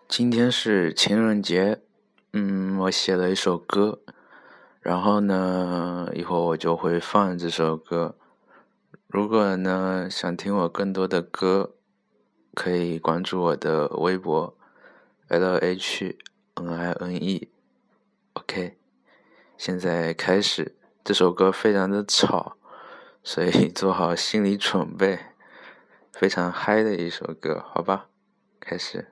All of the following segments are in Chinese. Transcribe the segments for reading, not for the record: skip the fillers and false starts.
今天是情人节，我写了一首歌，然后呢，一会儿我就会放这首歌。如果呢想听我更多的歌，可以关注我的微博 LHNINE。OK， 现在开始，这首歌非常的吵，所以做好心理准备，非常嗨的一首歌，好吧？开始。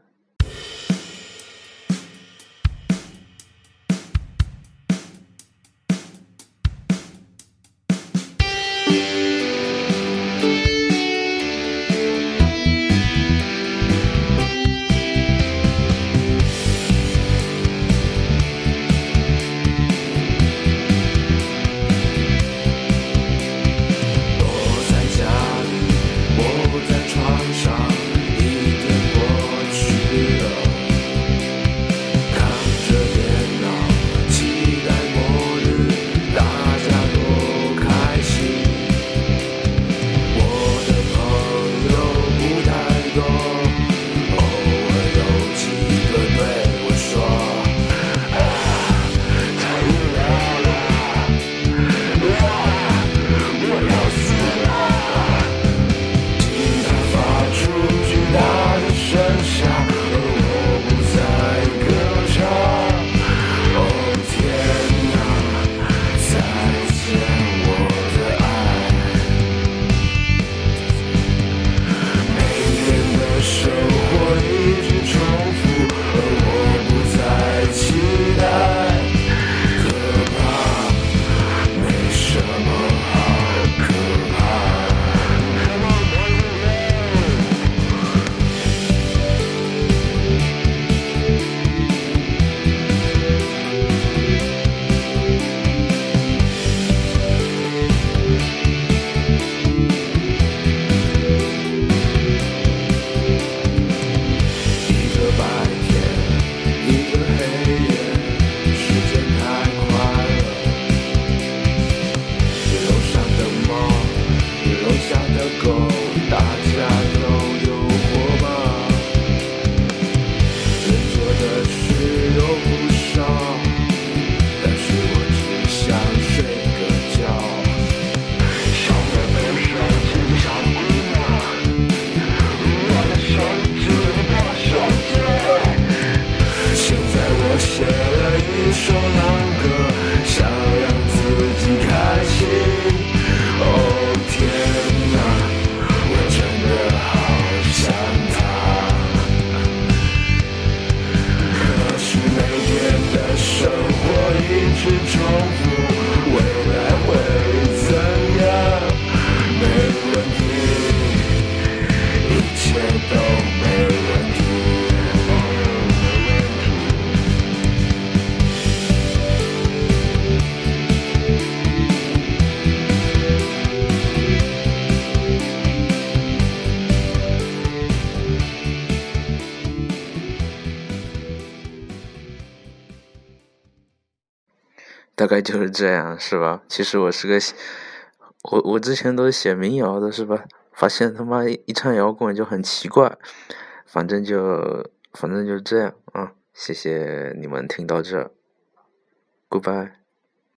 大概就是这样，是吧？其实我是个，我之前都是写民谣的，是吧？发现他妈一唱摇滚就很奇怪，反正就这样啊。谢谢你们听到这，Goodbye。